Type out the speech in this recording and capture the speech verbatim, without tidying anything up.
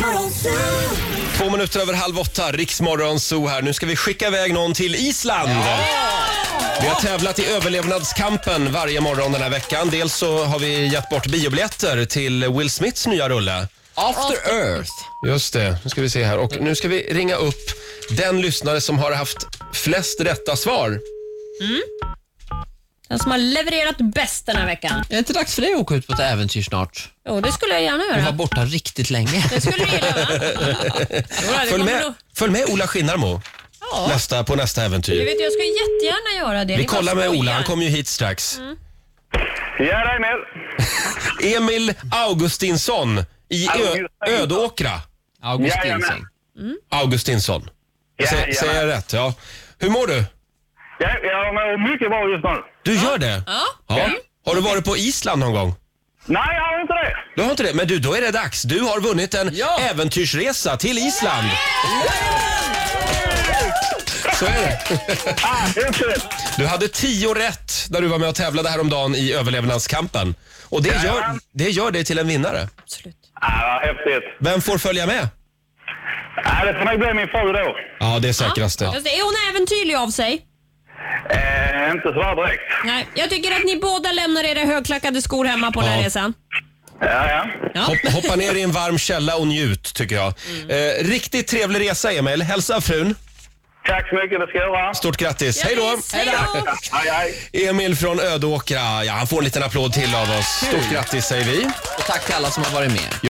Två minuter över halv åtta, Riksmorgon Zoo här. Nu ska vi skicka iväg någon till Island. Ja. Vi har tävlat i överlevnadskampen varje morgon den här veckan. Dels så har vi gett bort biobiljetter till Will Smiths nya rulle. After Earth. Just det, nu ska vi se här. Och nu ska vi ringa upp den lyssnare som har haft flest rätta svar. Mm. Den som har levererat bäst den här veckan. Är det inte dags för dig att åka ut på ett äventyr snart? Jo, det skulle jag gärna göra. Du var borta riktigt länge. Det skulle du gilla, va? Jo, följ, med, följ med Ola Skinnarmo ja. nästa, på nästa äventyr. Du vet, jag ska jättegärna göra det. Vi det kollar med Ola, han kommer ju hit strax. Mm. Ja, Emil. Emil Augustinsson i Ö- Ödåkra. Augustinsson. Mm. Augustinsson. Sä- säger jag rätt, ja. Hur mår du? Ja, jag mår mycket bra just nu. Du gör det? Ja. Ja. Har du varit på Island någon gång? Nej, jag har inte det. Du har inte det, men du, då är det dags. Du har vunnit en Ja. äventyrsresa till Island. Så är det. Ah, just det. Du hade tio rätt när du var med och tävlade häromdagen i överlevnadskampen. Och det gör, det gör dig till en vinnare. Absolut. Ah, vad häftigt. Vem får följa med? Ah, det får nog bli min fru då. Ja, det är säkrast det. Just det. Är hon äventyrlig av sig? Eh, inte så direkt. Nej, jag tycker att ni båda lämnar era högklackade skor hemma på den här Ja. resan. Ja, ja. Ja. Hopp, hoppa ner i en varm källa och njut, tycker jag. Eh, riktigt trevlig resa, Emil. Hälsa frun. Tack så mycket, det ska jag göra. Stort grattis. Hej då! Hej då! Hej, hej. Emil från Ödåkra. Ja, han får en liten applåd till av oss. Stort grattis, säger vi. Och tack till alla som har varit med.